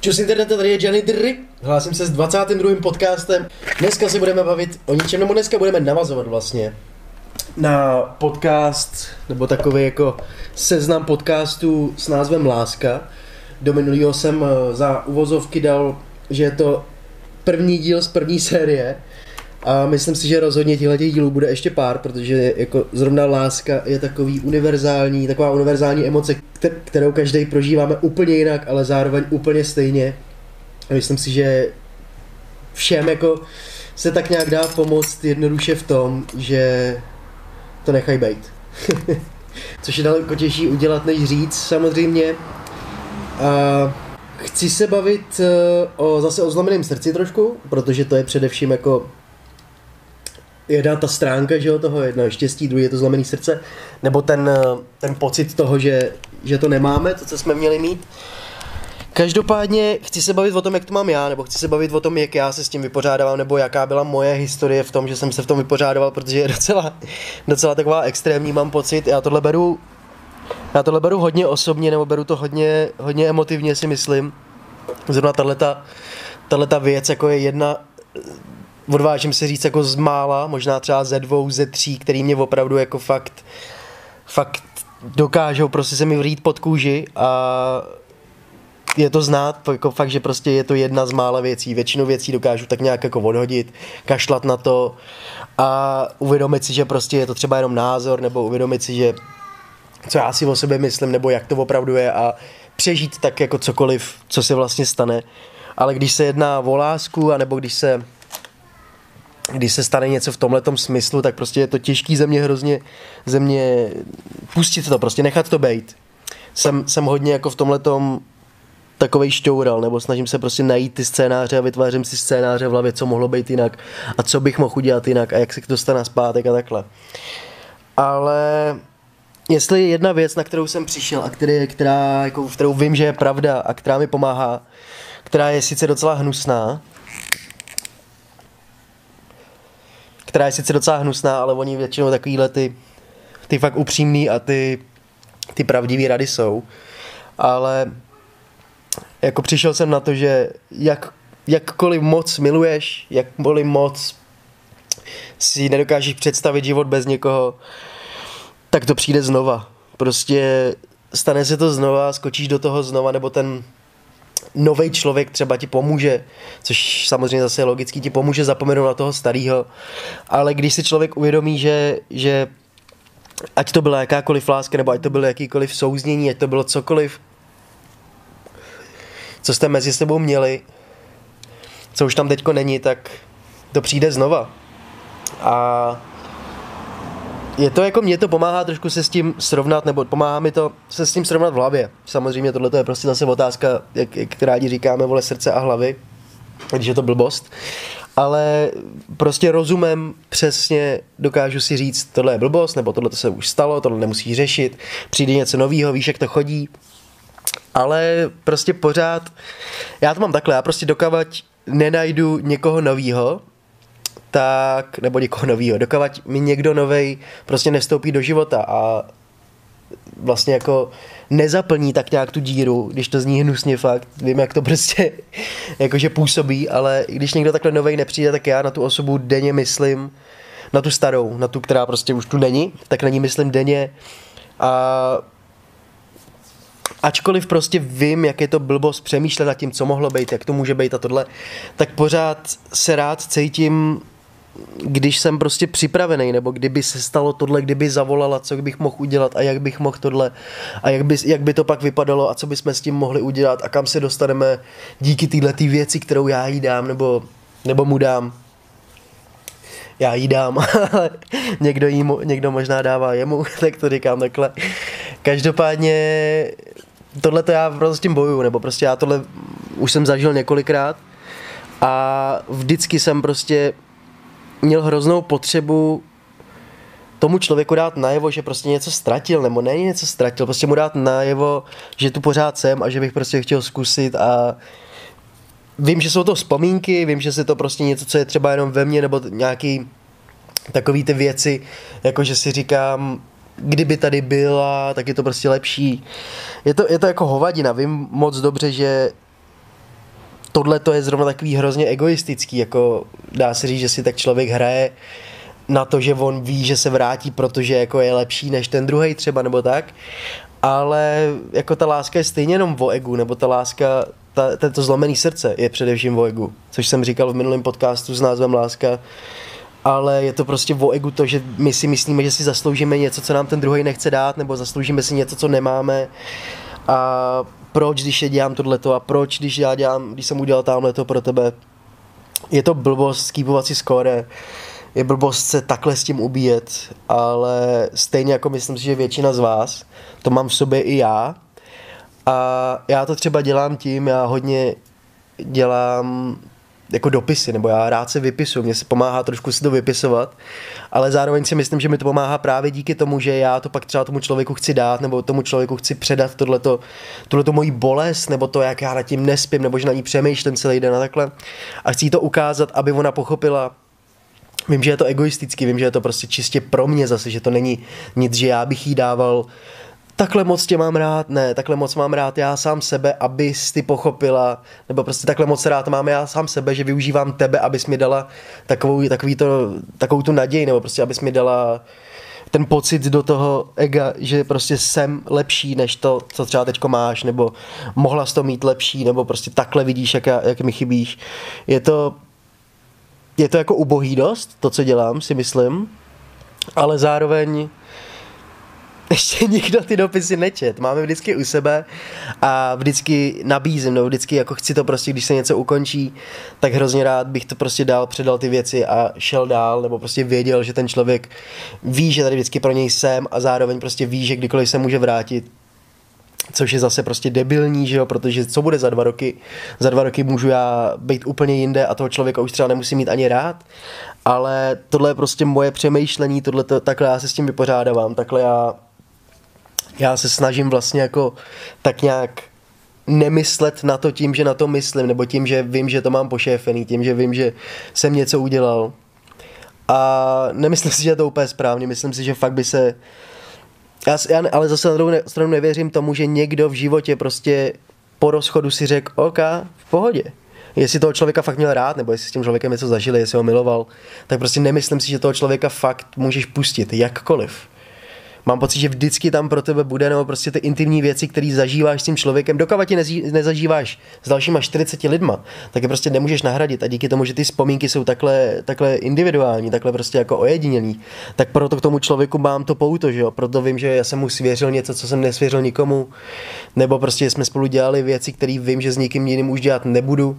Čus internetu, tady je Johnny Drry, hlásím se s 22. podcastem. Dneska se budeme bavit o ničem, nebo dneska budeme navazovat vlastně na podcast, nebo takový jako seznam podcastů s názvem Láska. Do minulého jsem za uvozovky dal, že je to první díl z první série a myslím si, že rozhodně těchto dílů bude ještě pár, protože jako zrovna láska je taková univerzální emoce, kterou každý prožíváme úplně jinak, ale zároveň úplně stejně. A myslím si, že všem jako se tak nějak dá pomoct jednoduše v tom, že to nechají bejt. Což je daleko těžší udělat, než říct samozřejmě. A chci se bavit zase o zlomeném srdci trošku, protože to je především jako jedna ta stránka, že jo, toho jedno štěstí, druhý je to zlomené srdce, nebo ten pocit toho, že to nemáme, to, co jsme měli mít. Každopádně chci se bavit o tom, jak to mám já, nebo chci se bavit o tom, jak já se s tím vypořádávám, nebo jaká byla moje historie v tom, že jsem se v tom vypořádával, protože je docela taková extrémní, mám pocit. Já tohle beru hodně osobně, nebo beru to hodně emotivně, si myslím. Zrovna tahleta věc jako je jedna, odvážím se říct jako z mála, možná třeba ze 2, ze 3, který mě opravdu jako fakt dokážou prostě se mi vrít pod kůži a je to znát, jako fakt, že prostě je to jedna z mála věcí. Většinu věcí dokážu tak nějak jako odhodit, kašlat na to a uvědomit si, že prostě je to třeba jenom názor, nebo uvědomit si, že co já si o sobě myslím, nebo jak to opravdu je a přežít tak jako cokoliv, co se vlastně stane. Ale když se jedná o lásku, anebo když se stane něco v tomhletom smyslu, tak prostě je to těžký ze mě pustit to, prostě nechat to bejt. Jsem hodně jako v tomhletom takovej šťoural, nebo snažím se prostě najít ty scénáře a vytvářím si scénáře v hlavě, co mohlo být jinak a co bych mohl udělat jinak a jak se to stane zpátek a takhle. Ale jestli je jedna věc, na kterou jsem přišel a kterou vím, že je pravda a která mi pomáhá, která je sice docela hnusná, ale oni většinou takovýhle ty fakt upřímný a ty pravdivý rady jsou. Ale jako přišel jsem na to, že jakkoliv moc miluješ, jakkoliv moc si nedokážeš představit život bez někoho, tak to přijde znova. Prostě stane se to znova, skočíš do toho znova, nebo ten novej člověk třeba ti pomůže, což samozřejmě zase je logický, ti pomůže zapomenout na toho starého, ale když si člověk uvědomí, že ať to byla jakákoliv láska, nebo ať to bylo jakýkoliv souznění, ať to bylo cokoliv, co jste mezi sebou měli, co už tam teďko není, tak to přijde znova. A je to jako, mě to pomáhá trošku se s tím srovnat, nebo pomáhá mi to se s tím srovnat v hlavě. Samozřejmě tohle je prostě zase otázka, jak rádi říkáme, vole, srdce a hlavy, když je to blbost. Ale prostě rozumem přesně dokážu si říct, tohle je blbost, nebo tohle to se už stalo, tohle nemusíš řešit, přijde něco novýho, víš, jak to chodí. Ale prostě pořád, já to mám takhle, já prostě dokavať nenajdu někoho novýho, tak, nebo někoho novýho, dokavať mi někdo novej prostě nevstoupí do života a vlastně jako nezaplní tak nějak tu díru, když to zní hnusně fakt, vím, jak to prostě jakože působí, ale když někdo takhle novej nepřijde, tak já na tu osobu denně myslím, na tu starou, na tu, která prostě už tu není, tak na ní myslím denně a ačkoliv prostě vím, jak je to blbost přemýšlet nad tím, co mohlo být, jak to může být a tohle, tak pořád se rád cítím, když jsem prostě připravený, nebo kdyby se stalo tohle, kdyby zavolala, co bych mohl udělat a jak bych mohl tohle a jak by to pak vypadalo a co bychom s tím mohli udělat a kam se dostaneme díky této věci, kterou já jí dám, nebo mu dám. Já jí dám, ale někdo možná dává jemu, tak to říkám takhle. Každopádně tohle to já prostě s tím bojuju, nebo prostě já tohle už jsem zažil několikrát a vždycky jsem prostě měl hroznou potřebu tomu člověku dát najevo, že prostě něco ztratil, nebo ne něco ztratil, prostě mu dát najevo, že tu pořád jsem a že bych prostě chtěl zkusit a vím, že jsou to vzpomínky, vím, že je to prostě něco, co je třeba jenom ve mně, nebo nějaký takový ty věci, jako že si říkám, kdyby tady byla, tak je to prostě lepší. Je to jako hovadina, vím moc dobře, že tohle to je zrovna takový hrozně egoistický, jako dá se říct, že si tak člověk hraje na to, že on ví, že se vrátí, protože jako je lepší než ten druhej třeba, nebo tak, ale jako ta láska je stejně jenom o egu, nebo ta láska, to zlomený srdce je především o egu, což jsem říkal v minulém podcastu s názvem Láska, ale je to prostě o egu to, že my si myslíme, že si zasloužíme něco, co nám ten druhej nechce dát, nebo zasloužíme si něco, co nemáme. A proč, když je dělám tohleto, a proč, když jsem udělal tamhleto pro tebe. Je to blbost skýpovat si skóre, je blbost se takhle s tím ubíjet, ale stejně jako myslím si, že většina z vás, to mám v sobě i já. A já to třeba dělám tím, já hodně dělám jako dopisy, nebo já rád se vypisuju, mně se pomáhá trošku si to vypisovat, ale zároveň si myslím, že mi to pomáhá právě díky tomu, že já to pak třeba tomu člověku chci dát, nebo tomu člověku chci předat tuhleto moji bolest, nebo to, jak já nad tím nespím, nebo že na ní přemýšlím celý den a takhle. A chci to ukázat, aby ona pochopila. Vím, že je to egoistický, vím, že je to prostě čistě pro mě zase, že to není nic, že já bych jí dával takhle moc tě mám rád, ne, takhle moc mám rád já sám sebe, abys ty pochopila, nebo prostě takhle moc rád mám já sám sebe, že využívám tebe, abys mi dala takovou tu naději, nebo prostě abys mi dala ten pocit do toho ega, že prostě jsem lepší než to, co třeba teďko máš, nebo mohla jsi to mít lepší, nebo prostě takhle vidíš, jak mi chybíš. Je to jako ubohý dost, to, co dělám, si myslím, ale zároveň ještě nikdo ty dopisy nečet. Máme vždycky u sebe a vždycky nabízím, nebo vždycky jako chci to prostě, když se něco ukončí, tak hrozně rád bych to prostě předal ty věci a šel dál, nebo prostě věděl, že ten člověk ví, že tady vždycky pro něj jsem a zároveň prostě ví, že kdykoliv se může vrátit. Což je zase prostě debilní, že jo, protože co bude za 2 roky? Za 2 roky můžu já být úplně jinde a toho člověka už třeba nemusím mít ani rád, ale tohle je prostě moje přemýšlení, takhle já se s tím vypořádávám, takhle já se snažím vlastně jako tak nějak nemyslet na to tím, že na to myslím, nebo tím, že vím, že to mám pošéfený, tím, že vím, že jsem něco udělal. A nemyslím si, že je to úplně správně, myslím si, že fakt by se... Já ale zase na druhou stranu nevěřím tomu, že někdo v životě prostě po rozchodu si řekl, OK, v pohodě. Jestli toho člověka fakt měl rád, nebo jestli s tím člověkem něco zažili, jestli ho miloval, tak prostě nemyslím si, že toho člověka fakt můžeš pustit, jakkoliv. Mám pocit, že vždycky tam pro tebe bude, nebo prostě ty intimní věci, které zažíváš s tím člověkem, dokud ti nezažíváš s dalšíma 40 lidma, tak je prostě nemůžeš nahradit. A díky tomu, že ty vzpomínky jsou takhle individuální, takhle prostě jako ojedinělý, tak proto k tomu člověku mám to pouto, že jo? Proto vím, že já jsem mu svěřil něco, co jsem nesvěřil nikomu, nebo prostě jsme spolu dělali věci, které vím, že s nikým jiným už dělat nebudu.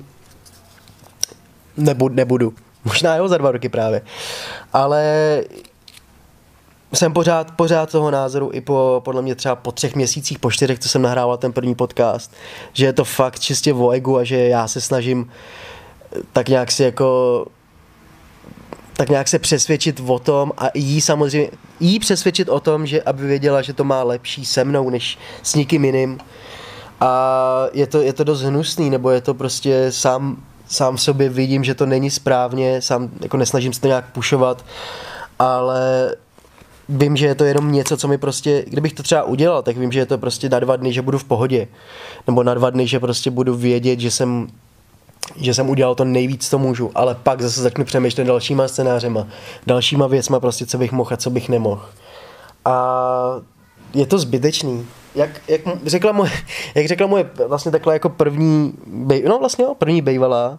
Nebudu. Možná jo, za 2 roky právě. Ale jsem pořád toho názoru i podle mě třeba po 3 měsících, po 4, co jsem nahrával ten první podcast, že je to fakt čistě o egu a že já se snažím tak nějak se přesvědčit o tom a jí přesvědčit o tom, že aby věděla, že to má lepší se mnou, než s nikým jiným. A je to dost hnusný, nebo je to prostě sám sobě vidím, že to není správně, sám jako nesnažím se to nějak pušovat, ale vím, že je to jenom něco, co mi prostě, kdybych to třeba udělal, tak vím, že je to prostě na 2 dny, že budu v pohodě. Nebo na 2 dny, že prostě budu vědět, že jsem udělal to nejvíc, co můžu. Ale pak zase začnu přemýšlet dalšíma scénářema, dalšíma věcma prostě, co bych mohl a co bych nemohl. A je to zbytečný. Jak řekla moje vlastně takhle jako první bejvalá,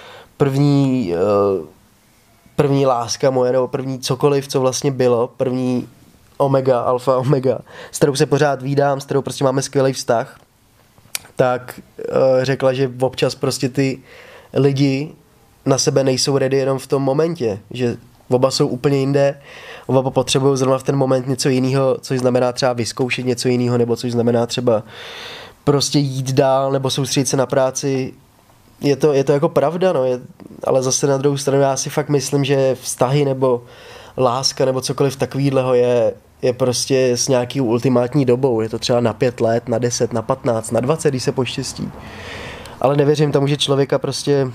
první láska moje, nebo první cokoliv, co vlastně bylo, první alfa omega, s kterou se pořád vídám, s kterou prostě máme skvělý vztah, tak řekla, že občas prostě ty lidi na sebe nejsou ready jenom v tom momentě, že oba jsou úplně jinde, oba potřebují zrovna v ten moment něco jiného, což znamená třeba vyzkoušet něco jiného, nebo což znamená třeba prostě jít dál, nebo soustředit se na práci. Je to jako pravda, no, ale zase na druhou stranu já si fakt myslím, že vztahy nebo láska nebo cokoliv takovýhleho je prostě s nějakou ultimátní dobou. Je to třeba na 5 let, na 10, na 15, na 20, když se poštěstí. Ale nevěřím tomu, že člověka prostě...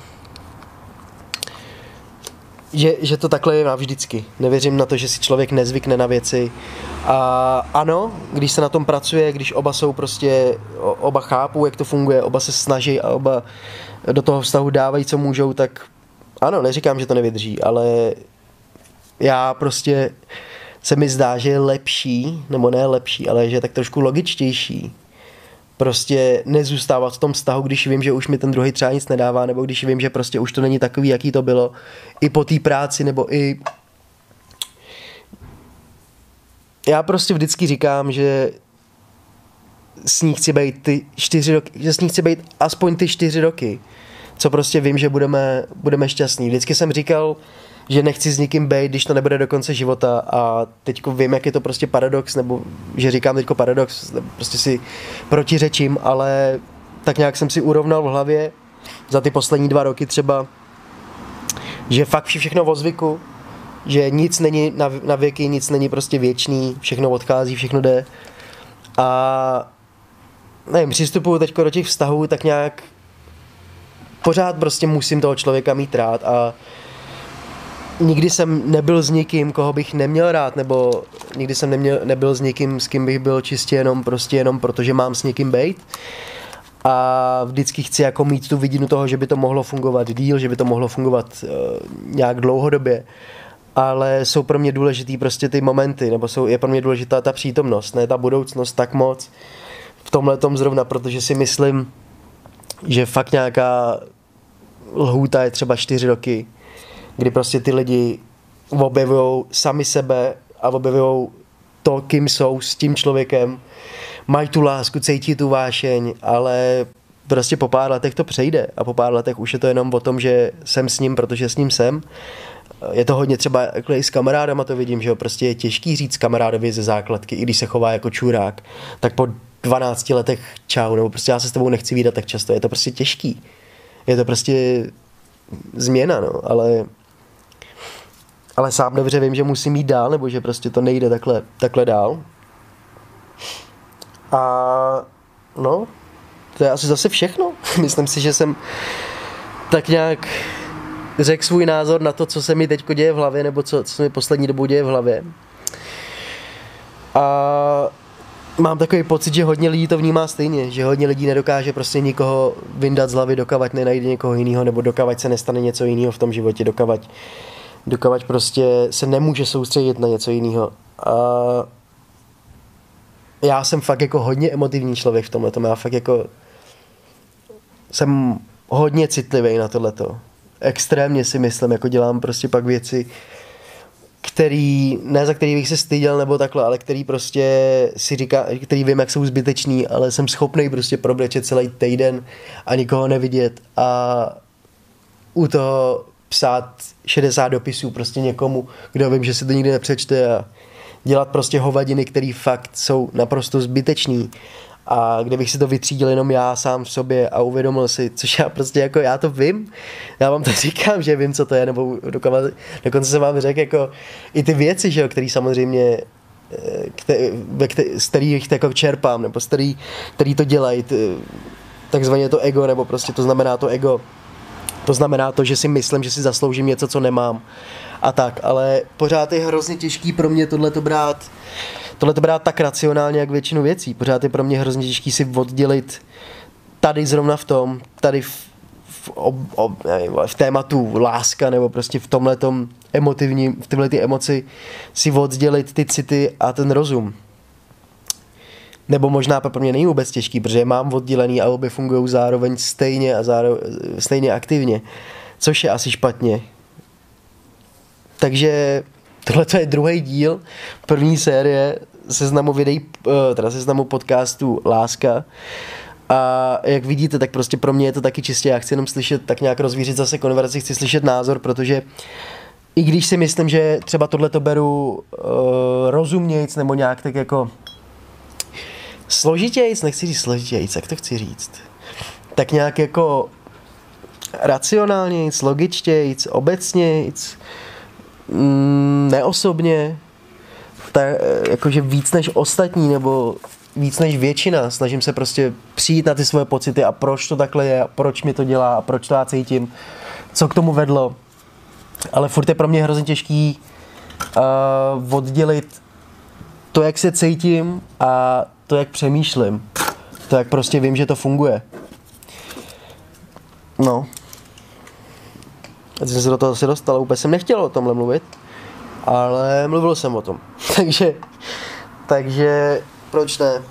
Že to takhle je navždycky. Nevěřím na to, že si člověk nezvykne na věci. A ano, když se na tom pracuje, když oba jsou prostě, oba chápou, jak to funguje, oba se snaží a do toho vztahu dávají, co můžou, tak ano, neříkám, že to nevydrží, ale já prostě se mi zdá, že je lepší, nebo ne lepší, ale že je tak trošku logičtější prostě nezůstávat v tom vztahu, když vím, že už mi ten druhý třeba nic nedává, nebo když vím, že prostě už to není takový, jaký to bylo, i po té práci, nebo i... Já prostě vždycky říkám, že s ní chci být ty 4 roky, že s ní chci být aspoň ty 4 roky, co prostě vím, že budeme šťastní. Vždycky jsem říkal, že nechci s nikým být, když to nebude do konce života, a teďko vím, jak je to prostě paradox, nebo že říkám teďko paradox, prostě si protiřečím, ale tak nějak jsem si urovnal v hlavě za ty poslední 2 roky třeba, že fakt všechno o zvyku, že nic není na věky, nic není prostě věčný, všechno odchází, všechno jde. A nevím, přistupuju teďko do těch vztahů tak nějak, pořád prostě musím toho člověka mít rád, a nikdy jsem nebyl s nikým, koho bych neměl rád, nebo nikdy jsem nebyl s nikým, s kým bych byl čistě jenom protože mám s někým bejt. A vždycky chci jako mít tu vidinu toho, že by to mohlo fungovat díl, že by to mohlo fungovat nějak dlouhodobě. Ale jsou pro mě důležitý prostě ty momenty, nebo je pro mě důležitá ta přítomnost, ne ta budoucnost tak moc v tomhletom zrovna, protože si myslím, že fakt nějaká lhůta je třeba 4 roky, kdy prostě ty lidi objevujou sami sebe a objevujou to, kým jsou s tím člověkem, mají tu lásku, cítí tu vášeň, ale prostě po pár letech to přejde a po pár letech už je to jenom o tom, že jsem s ním, protože s ním jsem. Je to hodně třeba i s kamarádama, to vidím, že jo, prostě je těžký říct kamarádovi ze základky, i když se chová jako čurák, tak po 12 letech čau, nebo prostě já se s tebou nechci vídat tak často, je to prostě těžký. Je to prostě změna, no, ale sám dobře vím, že musím jít dál, nebo že prostě to nejde takhle dál. A no, to je asi zase všechno. Myslím si, že jsem tak nějak řekl svůj názor na to, co se mi teďko děje v hlavě, nebo co se mi poslední dobou děje v hlavě. A mám takový pocit, že hodně lidí to vnímá stejně, že hodně lidí nedokáže prostě nikoho vyndat z hlavy, dokavať nenajde někoho jiného, nebo dokavať se nestane něco jiného v tom životě, dokavať prostě se nemůže soustředit na něco jiného. A já jsem fakt jako hodně emotivní člověk v tomhletom, já fakt jako jsem hodně citlivý na tohleto. Extrémně si myslím, jako dělám prostě pak věci, za který bych se styděl nebo takhle, ale který prostě si říká, který vím, jak jsou zbytečný, ale jsem schopný prostě probrečet celý týden a nikoho nevidět a u toho psát 60 dopisů prostě někomu, kdo vím, že si to nikdy nepřečte, a dělat prostě hovadiny, které fakt jsou naprosto zbytečný. A kdybych si to vytřídil jenom já sám v sobě a uvědomil si, což já prostě jako, já to vím, já vám to říkám, že vím, co to je, nebo dokonce jsem vám řekl jako i ty věci, že jo, které samozřejmě, z kterých jako čerpám, nebo který to dělají, takzvaně to ego, nebo prostě to znamená to ego, to znamená to, že si myslím, že si zasloužím něco, co nemám a tak, ale pořád je hrozně těžký pro mě tohleto brát tak racionálně, jak většinu věcí. Pořád je pro mě hrozně těžký si oddělit tady zrovna v tom, tady v tématu láska, nebo prostě v tomhletom emotivním, v tyhle emoci si oddělit ty city a ten rozum. Nebo možná pro mě není vůbec těžký, protože je mám oddělený a obě fungují zároveň stejně a stejně aktivně, což je asi špatně. Takže tohle je druhý díl první série seznamu podcastu Láska. A jak vidíte, tak prostě pro mě je to taky čistě, já chci jenom slyšet, tak nějak rozvířit zase konverzaci, chci slyšet názor, protože i když si myslím, že třeba tohleto beru rozumějc, nebo nějak tak jako složitějc, nechci říct složitějc, jak to chci říct, tak nějak jako racionálnějc, logičtějc, obecnějc, neosobně, tak jakože víc než ostatní, nebo víc než většina, snažím se prostě přijít na ty svoje pocity a proč to takhle je, a proč mi to dělá, a proč to já cítím, co k tomu vedlo. Ale furt je pro mě hrozně těžký oddělit to, jak se cítím, a to, jak přemýšlím. To, jak prostě vím, že to funguje. No. A teď jsem se do toho asi dostal, úplně jsem nechtěl o tomhle mluvit, ale mluvil jsem o tom. takže proč ne?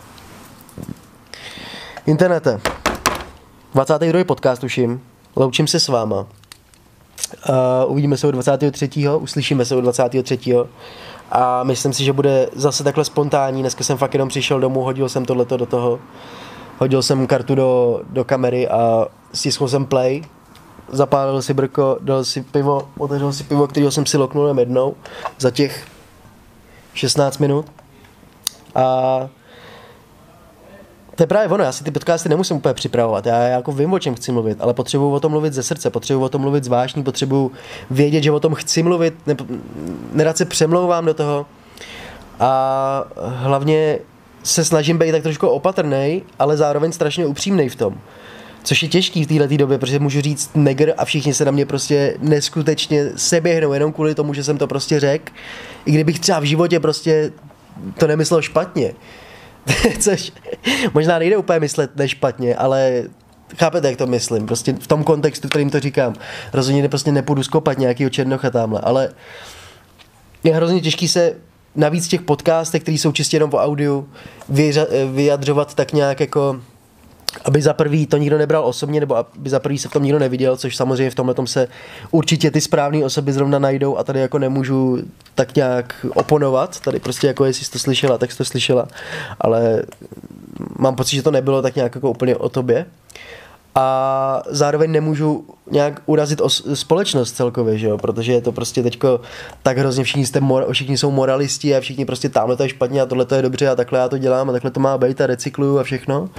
Internete. 22. podcast tuším. Loučím se s váma. Uvidíme se u 23. Uslyšíme se u 23. A myslím si, že bude zase takhle spontánní. Dneska jsem fakt jenom přišel domů, hodil jsem tohleto do toho. Hodil jsem kartu do kamery a stisknul jsem play. Zapálil si brko, dal si pivo, otevřel si pivo, kterého jsem si loknul jen jednou za těch 16 minut. A to je právě ono, já si ty podcasty nemusím úplně připravovat, já jako vím, o čem chci mluvit, ale potřebuju o tom mluvit ze srdce, potřebuju o tom mluvit zvláštní, potřebuju vědět, že o tom chci mluvit, nerad se přemlouvám do toho a hlavně se snažím být tak trošku opatrnej, ale zároveň strašně upřímnej v tom. Což je těžký v této době, protože můžu říct negr a všichni se na mě prostě neskutečně seběhnou, jenom kvůli tomu, že jsem to prostě řekl. I kdybych třeba v životě prostě to nemyslel špatně. Což možná nejde úplně myslet nešpatně, ale chápete, jak to myslím. Prostě v tom kontextu, kterým to říkám. Rozhodně prostě nepůjdu skopat nějakýho černocha tamhle, ale je hrozně těžký se navíc v těch podcastech, které jsou čistě jenom o audiu, vyjadřovat tak nějak jako, aby za prvý to nikdo nebral osobně, nebo aby za prvý se v tom nikdo neviděl, což samozřejmě v tomhletom se určitě ty správné osoby zrovna najdou a tady jako nemůžu tak nějak oponovat, tady prostě jako jestli jsi to slyšela, tak jsi to slyšela, ale mám pocit, že to nebylo tak nějak jako úplně o tobě a zároveň nemůžu nějak urazit společnost celkově, že jo, protože je to prostě teďko tak hrozně všichni jsou moralisti a všichni prostě tamhle to je špatně a tohle to je dobře a takhle já to dělám a takhle to má být a recykluju a všechno.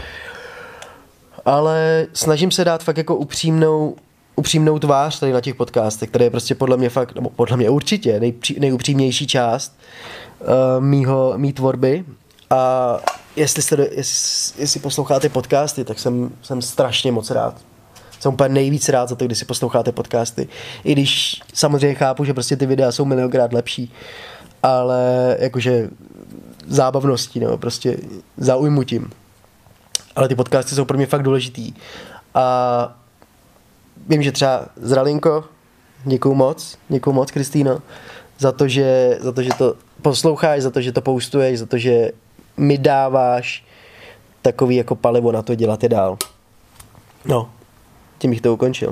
Ale snažím se dát fakt jako upřímnou tvář tady na těch podcastech, které je prostě podle mě fakt, nebo podle mě určitě nejupřímnější část mý tvorby. A jestli posloucháte podcasty, tak jsem strašně moc rád. Jsem úplně nejvíc rád za to, když si posloucháte podcasty. I když samozřejmě chápu, že prostě ty videa jsou milionkrát lepší, ale jakože zábavností, nebo prostě zaujmutím. Ale ty podcasty jsou pro mě fakt důležitý. A vím, že třeba Zralinko, děkuju moc, Kristýno, za to, že to posloucháš, za to, že to postuješ, za to, že mi dáváš takový jako palivo na to dělat je dál. No, tím bych to ukončil.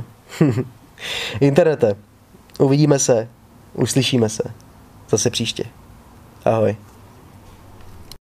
Internete, uvidíme se, uslyšíme se. Zase příště. Ahoj.